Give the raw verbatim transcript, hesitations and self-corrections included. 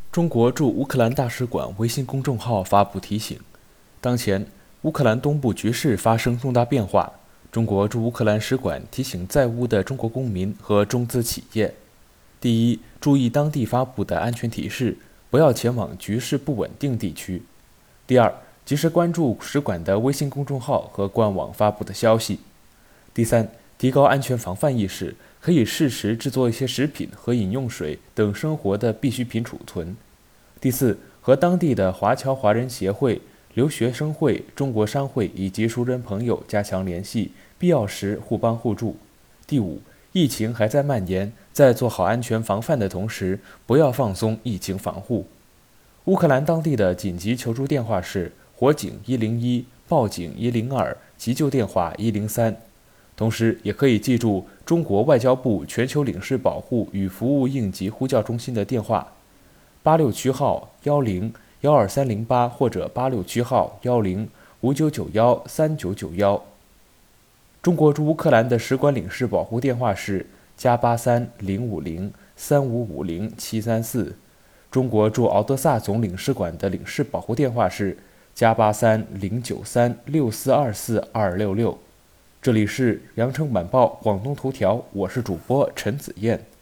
中国驻乌克兰大使馆微信公众号发布提醒：当前，乌克兰东部局势发生重大变化。中国驻乌克兰使馆提醒在乌的中国公民和中资企业：第一，注意当地发布的安全提示，不要前往局势不稳定地区；第二，及时关注使馆的微信公众号和官网发布的消息；第三，提高安全防范意识，可以适时制作一些食品和饮用水等生活的必需品储存；第四，和当地的华侨华人协会、留学生会、中国商会以及熟人朋友加强联系，必要时互帮互助；第五，疫情还在蔓延，在做好安全防范的同时，不要放松疫情防护。乌克兰当地的紧急求助电话是火警一零一、报警一零二、急救电话一零三。同时，也可以记住中国外交部全球领事保护与服务应急呼叫中心的电话：八六区号幺零幺二三零八或者八六区号幺零五九九幺三九九幺。中国驻乌克兰的使馆领事保护电话是加八三零五零三五五零七三四。中国驻敖德萨总领事馆的领事保护电话是加八三零九三六四二四二六六。这里是羊城晚报广东头条，我是主播陈子燕。